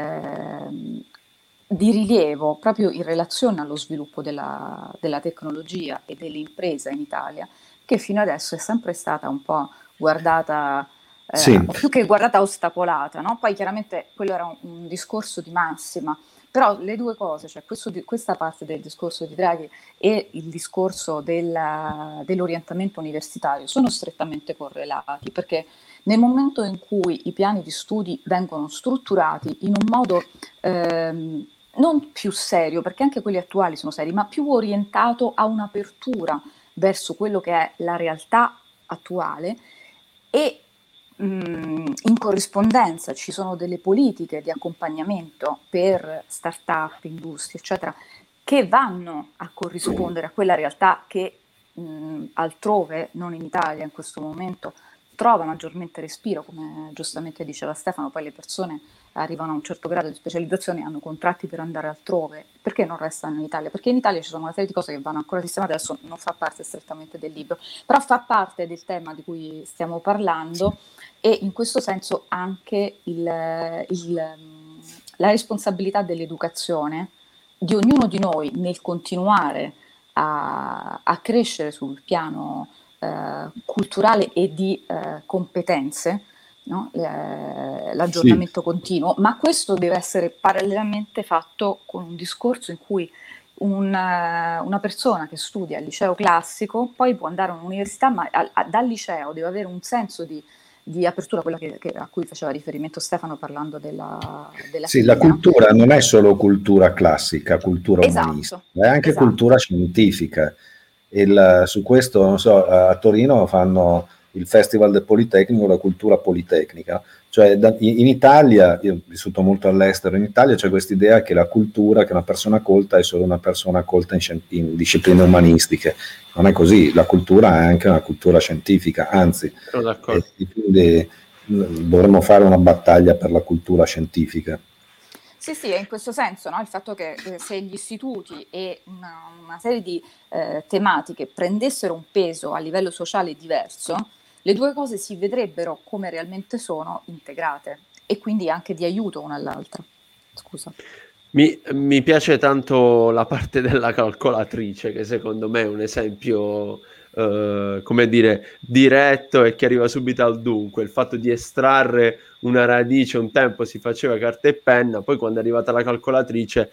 [SPEAKER 4] di rilievo proprio in relazione allo sviluppo della tecnologia e dell'impresa in Italia, che fino adesso è sempre stata un po' guardata,
[SPEAKER 3] Sì.
[SPEAKER 4] più che guardata, ostacolata, no? Poi chiaramente quello era un discorso di massima, però le due cose, cioè questa parte del discorso di Draghi e il discorso dell'orientamento universitario sono strettamente correlati, perché nel momento in cui i piani di studi vengono strutturati in un modo non più serio, perché anche quelli attuali sono seri, ma più orientato a un'apertura verso quello che è la realtà attuale e in corrispondenza ci sono delle politiche di accompagnamento per start-up, industrie, eccetera, che vanno a corrispondere a quella realtà che altrove, non in Italia in questo momento, trova maggiormente respiro, come giustamente diceva Stefano. Poi le persone arrivano a un certo grado di specializzazione e hanno contratti per andare altrove. Perché non restano in Italia? Perché in Italia ci sono una serie di cose che vanno ancora sistemate, adesso non fa parte strettamente del libro, però fa parte del tema di cui stiamo parlando e in questo senso anche la responsabilità dell'educazione di ognuno di noi nel continuare a crescere sul piano culturale e di competenze, no? L'aggiornamento continuo, ma questo deve essere parallelamente fatto con un discorso in cui una persona che studia al liceo classico poi può andare a un'università, ma dal liceo deve avere un senso di apertura, quella a cui faceva riferimento Stefano parlando della
[SPEAKER 3] sì, la cultura non è solo cultura classica, cultura umanistica, è anche cultura scientifica. Su questo, non so, a Torino fanno il Festival del Politecnico, la cultura politecnica, cioè in Italia, io ho vissuto molto all'estero, in Italia c'è questa idea che la cultura, che una persona colta è solo una persona colta in discipline umanistiche. Non è così, la cultura è anche una cultura scientifica, anzi, quindi dovremmo fare una battaglia per la cultura scientifica.
[SPEAKER 4] Sì, è in questo senso, no? Il fatto che se gli istituti e una serie di tematiche prendessero un peso a livello sociale diverso, le due cose si vedrebbero come realmente sono integrate e quindi anche di aiuto una all'altra. Scusa.
[SPEAKER 2] Mi piace tanto la parte della calcolatrice, che secondo me è un esempio, come dire, diretto e che arriva subito al dunque. Il fatto di estrarre una radice, un tempo si faceva carta e penna, poi quando è arrivata la calcolatrice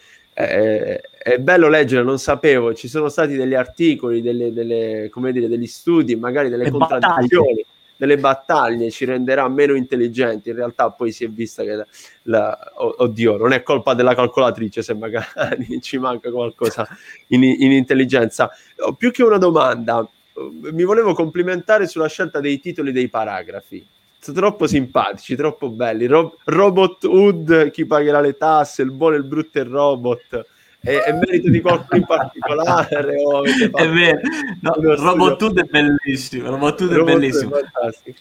[SPEAKER 2] è bello leggere, non sapevo, ci sono stati degli articoli, come dire, degli studi, magari delle contraddizioni, delle battaglie, ci renderà meno intelligenti. In realtà poi si è vista che oddio, non è colpa della calcolatrice se magari ci manca qualcosa in intelligenza. Più che una domanda, mi volevo complimentare sulla scelta dei titoli dei paragrafi. Sono troppo simpatici, troppo belli. Robot Hood, chi pagherà le tasse, il buono, il brutto e il robot. È merito di qualcuno in particolare?
[SPEAKER 1] È vero, no, Robot Hood è bellissimo. Robot Hood è bellissimo.
[SPEAKER 2] Fantastico.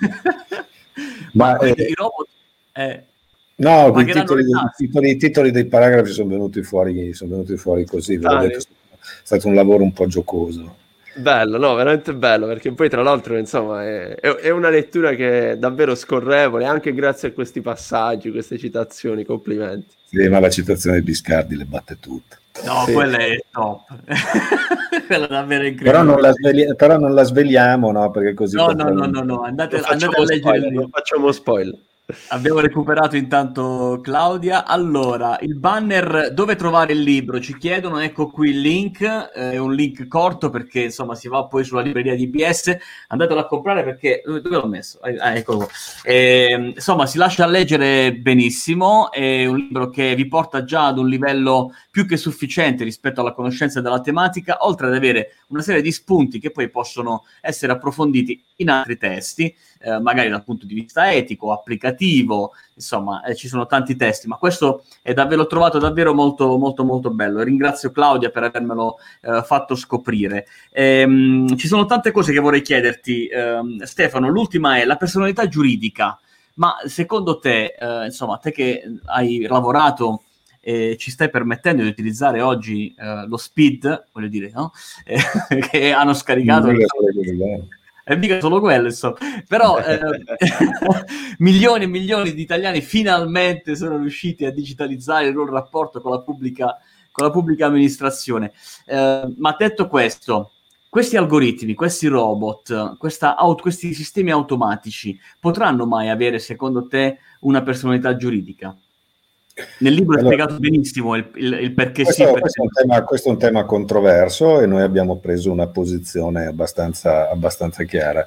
[SPEAKER 3] Ma
[SPEAKER 1] i robot
[SPEAKER 3] no, i titoli dei paragrafi sono venuti fuori così. È stato un lavoro un po' giocoso.
[SPEAKER 2] Bello, no, veramente bello, perché poi tra l'altro insomma è una lettura che è davvero scorrevole, anche grazie a questi passaggi, queste citazioni, complimenti.
[SPEAKER 3] Sì, ma la citazione di Biscardi le batte tutte.
[SPEAKER 1] No, sì. Quella è top. Quella è davvero incredibile.
[SPEAKER 3] Però non la sveliamo, no? Perché così...
[SPEAKER 1] No, andate a leggere.
[SPEAKER 2] Non facciamo spoiler.
[SPEAKER 1] Abbiamo recuperato intanto Claudia. Allora, il banner, dove trovare il libro? Ci chiedono, ecco qui il link, è un link corto perché insomma si va poi sulla libreria di IBS, andatelo a comprare perché, dove l'ho messo? Eccolo qua. Insomma, si lascia leggere benissimo, è un libro che vi porta già ad un livello più che sufficiente rispetto alla conoscenza della tematica, oltre ad avere una serie di spunti che poi possono essere approfonditi in altri testi, magari dal punto di vista etico, applicativo, insomma, ci sono tanti testi, ma questo l'ho trovato davvero molto, molto, molto bello. E ringrazio Claudia per avermelo fatto scoprire. Ci sono tante cose che vorrei chiederti, Stefano. L'ultima è la personalità giuridica. Ma secondo te, insomma, te che hai lavorato ci stai permettendo di utilizzare oggi lo SPID, voglio dire, no? Che hanno scaricato... E mica solo quello, insomma. Però milioni e milioni di italiani finalmente sono riusciti a digitalizzare il loro rapporto con la pubblica amministrazione. Ma detto questo, questi algoritmi, questi robot, questi sistemi automatici potranno mai avere, secondo te, una personalità giuridica? Nel libro è spiegato benissimo il perché
[SPEAKER 3] questo,
[SPEAKER 1] sì.
[SPEAKER 3] Questo è un tema controverso e noi abbiamo preso una posizione abbastanza chiara.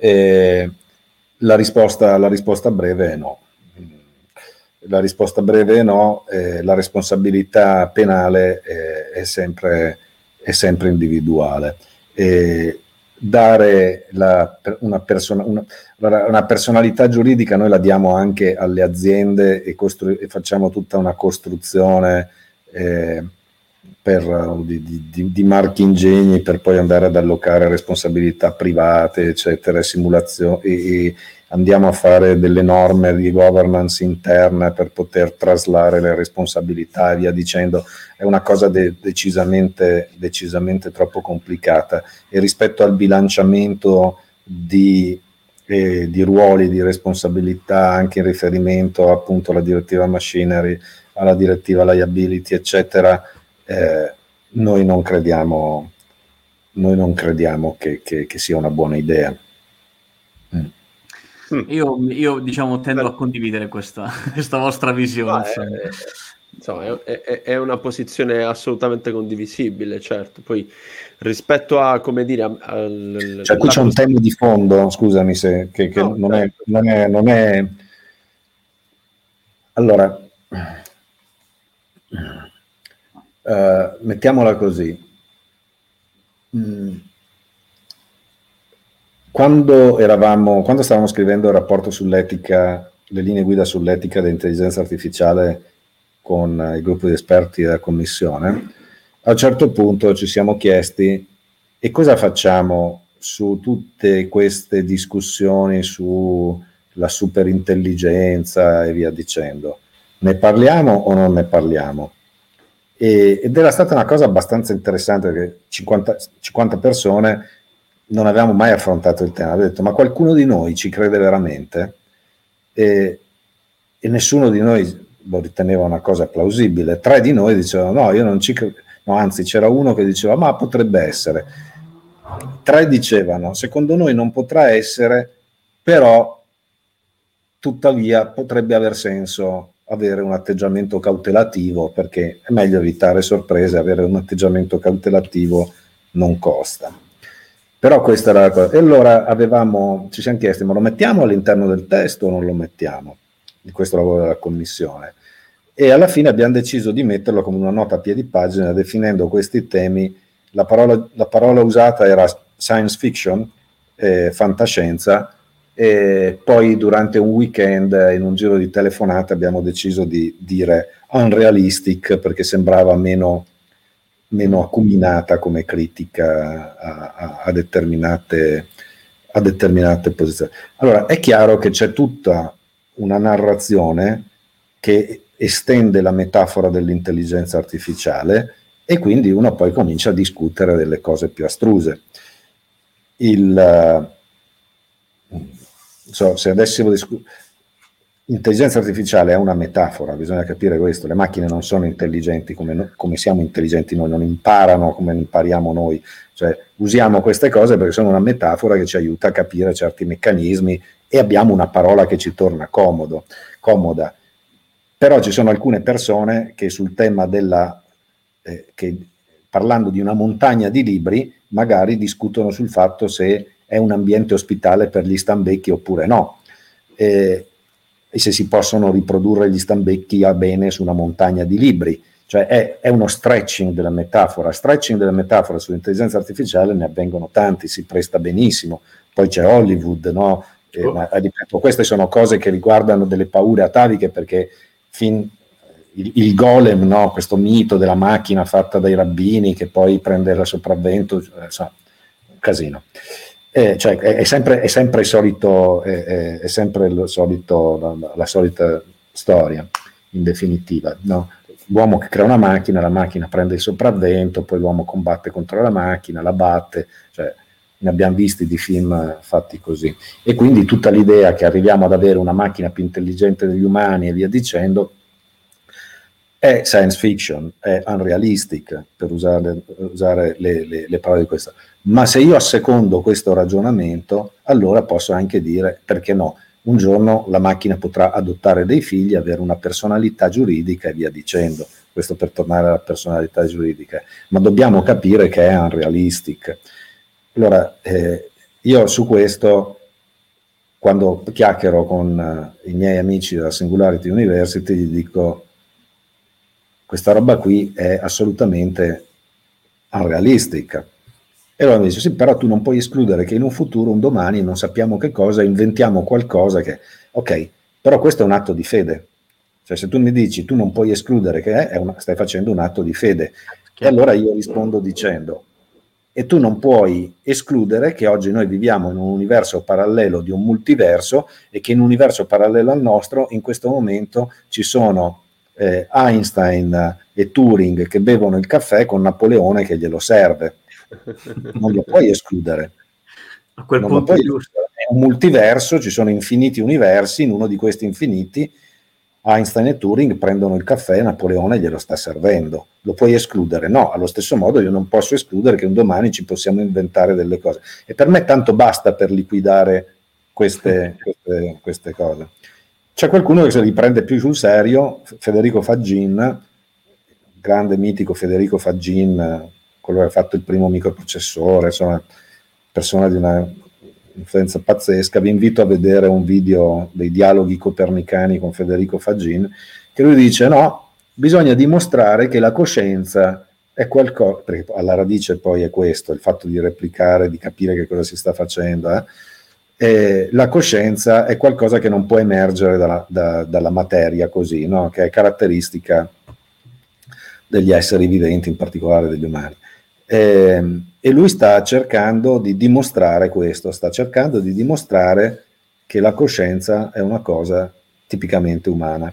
[SPEAKER 3] La risposta breve è no. La risposta breve è no, la responsabilità penale è sempre individuale. Dare una personalità giuridica noi la diamo anche alle aziende e facciamo tutta una costruzione di marchi ingegni per poi andare ad allocare responsabilità private, eccetera, simulazioni, e andiamo a fare delle norme di governance interna per poter traslare le responsabilità e via dicendo. È una cosa decisamente troppo complicata, e rispetto al bilanciamento di ruoli, di responsabilità, anche in riferimento appunto alla direttiva machinery, alla direttiva liability, eccetera, noi non crediamo che sia una buona idea.
[SPEAKER 1] Io diciamo tendo a condividere questa vostra visione.
[SPEAKER 2] Insomma, è una posizione assolutamente condivisibile, certo. Poi rispetto a, come dire,
[SPEAKER 3] cioè qui c'è un tema di fondo, scusami se no, non è allora mettiamola così. Quando stavamo scrivendo il rapporto sull'etica, le linee guida sull'etica dell'intelligenza artificiale con il gruppo di esperti della commissione, a un certo punto ci siamo chiesti: e cosa facciamo su tutte queste discussioni sulla superintelligenza e via dicendo? Ne parliamo o non ne parliamo? Ed era stata una cosa abbastanza interessante, perché 50 persone non avevamo mai affrontato il tema. Abbiamo detto: ma qualcuno di noi ci crede veramente? E nessuno di noi lo riteneva una cosa plausibile. 3 di noi dicevano: no, io non ci credo. No, anzi, c'era uno che diceva: ma potrebbe essere. 3 dicevano: secondo noi non potrà essere, però tuttavia potrebbe aver senso avere un atteggiamento cautelativo, perché è meglio evitare sorprese, avere un atteggiamento cautelativo non costa. Però questa era la cosa. E allora ci siamo chiesti: ma lo mettiamo all'interno del testo o non lo mettiamo, di questo lavoro della commissione? E alla fine abbiamo deciso di metterlo come una nota a piedi pagina, definendo questi temi. La parola usata era science fiction, fantascienza, e poi durante un weekend, in un giro di telefonate, abbiamo deciso di dire unrealistic, perché sembrava meno acuminata come critica a determinate posizioni. Allora, è chiaro che c'è tutta una narrazione che estende la metafora dell'intelligenza artificiale, e quindi uno poi comincia a discutere delle cose più astruse. Se avessimo l'intelligenza artificiale è una metafora, bisogna capire questo. Le macchine non sono intelligenti come siamo intelligenti noi, non imparano come impariamo noi. Cioè, usiamo queste cose perché sono una metafora che ci aiuta a capire certi meccanismi e abbiamo una parola che ci torna comoda. Però ci sono alcune persone che sul tema che parlando di una montagna di libri, magari discutono sul fatto se è un ambiente ospitale per gli stambecchi oppure no, e se si possono riprodurre gli stambecchi a bene su una montagna di libri. Cioè è uno stretching della metafora. Stretching della metafora sull'intelligenza artificiale ne avvengono tanti, si presta benissimo. Poi c'è Hollywood, no? Ma ripeto, queste sono cose che riguardano delle paure ataviche, perché il golem, no? Questo mito della macchina fatta dai rabbini che poi prende il sopravvento, un casino. Cioè è sempre il solito, è sempre la solita storia, in definitiva, no? L'uomo che crea una macchina, la macchina prende il sopravvento, poi l'uomo combatte contro la macchina, la batte, cioè ne abbiamo visti di film fatti così. E quindi tutta l'idea che arriviamo ad avere una macchina più intelligente degli umani e via dicendo è science fiction, è unrealistic, per usare le parole di questa. Ma se io assecondo questo ragionamento, allora posso anche dire, perché no? Un giorno la macchina potrà adottare dei figli, avere una personalità giuridica e via dicendo. Questo per tornare alla personalità giuridica. Ma dobbiamo capire che è unrealistic. Allora, io su questo, quando chiacchiero con i miei amici della Singularity University, gli dico: questa roba qui è assolutamente unrealistic. E allora mi dice: sì, però tu non puoi escludere che in un futuro, un domani, non sappiamo che cosa, inventiamo qualcosa che... Ok, però questo è un atto di fede. Cioè se tu mi dici tu non puoi escludere che stai facendo un atto di fede. E allora io rispondo dicendo: e tu non puoi escludere che oggi noi viviamo in un universo parallelo di un multiverso, e che in un universo parallelo al nostro in questo momento ci sono Einstein e Turing che bevono il caffè con Napoleone che glielo serve. Non lo puoi escludere.
[SPEAKER 1] A quel punto
[SPEAKER 3] è un multiverso, ci sono infiniti universi, in uno di questi infiniti Einstein e Turing prendono il caffè e Napoleone glielo sta servendo. Lo puoi escludere? No, allo stesso modo io non posso escludere che un domani ci possiamo inventare delle cose. E per me tanto basta per liquidare queste cose. C'è qualcuno che se li prende più sul serio, Federico Faggin, grande mitico Federico Faggin, quello che ha fatto il primo microprocessore, insomma, persona di una influenza pazzesca. Vi invito a vedere un video dei dialoghi copernicani con Federico Faggin, che lui dice: no, bisogna dimostrare che la coscienza è qualcosa, perché alla radice poi è questo, il fatto di replicare, di capire che cosa si sta facendo, la coscienza è qualcosa che non può emergere dalla materia così, no? Che è caratteristica degli esseri viventi, in particolare degli umani. E lui sta cercando di dimostrare questo, sta cercando di dimostrare che la coscienza è una cosa tipicamente umana.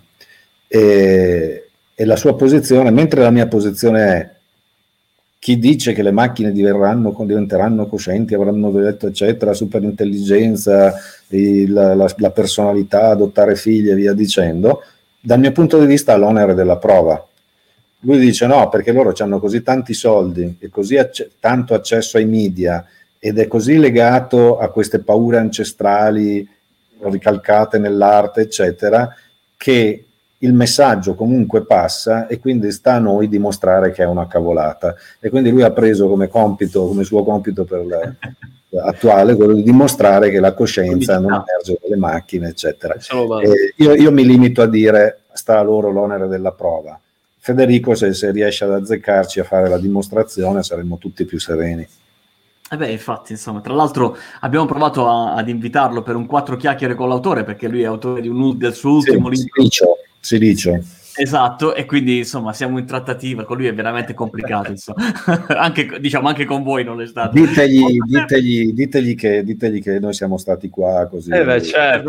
[SPEAKER 3] E la sua posizione, mentre la mia posizione è: chi dice che le macchine diventeranno coscienti, avranno detto eccetera, superintelligenza, la personalità, adottare figli e via dicendo, dal mio punto di vista ha l'onere della prova. Lui dice no, perché loro hanno così tanti soldi e così tanto accesso ai media, ed è così legato a queste paure ancestrali ricalcate nell'arte eccetera, che il messaggio comunque passa, e quindi sta a noi dimostrare che è una cavolata. E quindi lui ha preso come suo compito attuale quello di dimostrare che la coscienza non emerge dalle macchine eccetera. Io mi limito a dire: sta a loro l'onere della prova. Federico, se riesce ad azzeccarci a fare la dimostrazione, saremmo tutti più sereni.
[SPEAKER 1] Infatti, insomma, tra l'altro abbiamo provato ad invitarlo per un 4 chiacchiere con l'autore, perché lui è autore del suo ultimo libro.
[SPEAKER 3] Silicio.
[SPEAKER 1] Esatto, e quindi insomma siamo in trattativa, con lui è veramente complicato, insomma. anche con voi non è stato.
[SPEAKER 3] Ditegli che noi siamo stati qua così.
[SPEAKER 2] Certo.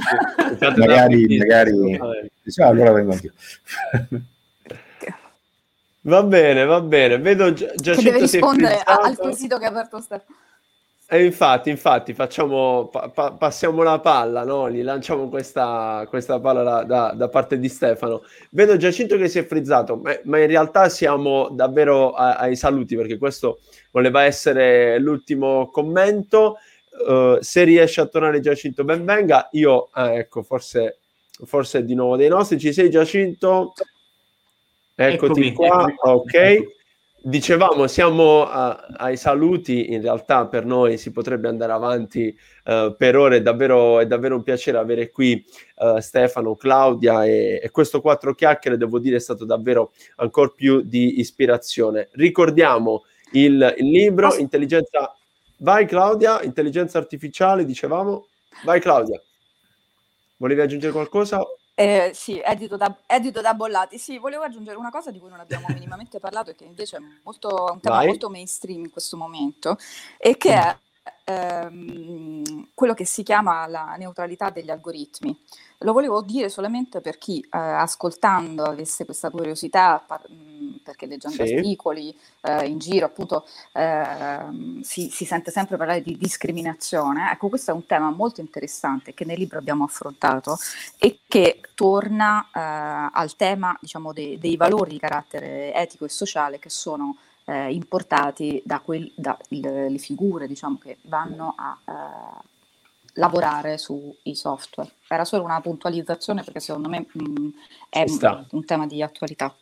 [SPEAKER 3] Magari allora vengo anch'io.
[SPEAKER 2] Va bene. Vedo Giacinto
[SPEAKER 4] che deve rispondere al quesito che ha aperto Stefano.
[SPEAKER 2] E infatti passiamo la palla, no? Gli lanciamo questa palla da parte di Stefano. Vedo Giacinto che si è frizzato, ma in realtà siamo davvero ai saluti, perché questo voleva essere l'ultimo commento. se riesce a tornare Giacinto ben venga. Io ecco, forse è di nuovo dei nostri. Ci sei, Giacinto? Eccoti qua. Ok. Dicevamo, siamo ai saluti. In realtà per noi si potrebbe andare avanti per ore. È davvero un piacere avere qui Stefano, Claudia, e questo Quattro Chiacchiere, devo dire, è stato davvero ancora più di ispirazione. Ricordiamo il libro Intelligenza. Vai Claudia, Intelligenza Artificiale, dicevamo. Vai Claudia. Volevi aggiungere qualcosa?
[SPEAKER 4] Sì, edito da Bollati. Sì, volevo aggiungere una cosa di cui non abbiamo minimamente parlato e che invece è un tema molto mainstream in questo momento, e che è quello che si chiama la neutralità degli algoritmi. Lo volevo dire solamente per chi ascoltando avesse questa curiosità, perché leggendo articoli in giro appunto si sente sempre parlare di discriminazione. Ecco, questo è un tema molto interessante che nel libro abbiamo affrontato e che torna al tema, diciamo, dei valori di carattere etico e sociale che sono importati dalle figure, diciamo, che vanno a lavorare sui software. Era solo una puntualizzazione perché secondo me è un tema di attualità.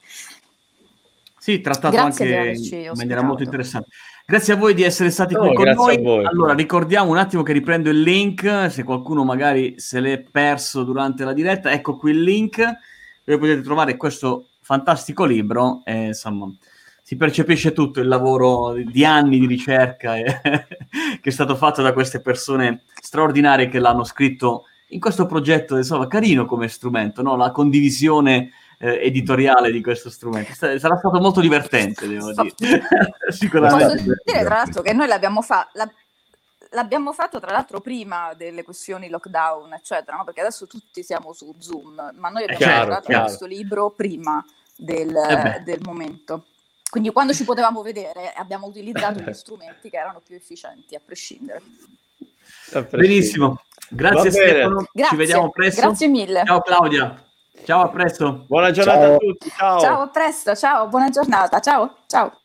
[SPEAKER 1] Sì, trattato anche in maniera molto interessante. Grazie a voi di essere stati qui con noi. Allora, ricordiamo un attimo che riprendo il link, se qualcuno magari se l'è perso durante la diretta, ecco qui il link, dove potete trovare questo fantastico libro, insomma, si percepisce tutto il lavoro di anni di ricerca che è stato fatto da queste persone straordinarie che l'hanno scritto in questo progetto, insomma, carino come strumento, no? La condivisione editoriale di questo strumento. Sarà stato molto divertente, devo dire. Sicuramente.
[SPEAKER 4] Posso dire, tra l'altro, che noi l'abbiamo fatto tra l'altro prima delle questioni lockdown, eccetera, no? Perché adesso tutti siamo su Zoom, ma noi abbiamo fatto questo libro prima del momento. Quindi quando ci potevamo vedere abbiamo utilizzato gli strumenti che erano più efficienti, a prescindere.
[SPEAKER 1] Benissimo, grazie Stefano, ci vediamo presto.
[SPEAKER 4] Grazie mille.
[SPEAKER 1] Ciao Claudia, ciao, a presto.
[SPEAKER 2] Buona giornata a tutti, ciao.
[SPEAKER 4] Ciao, a presto, ciao, buona giornata, ciao.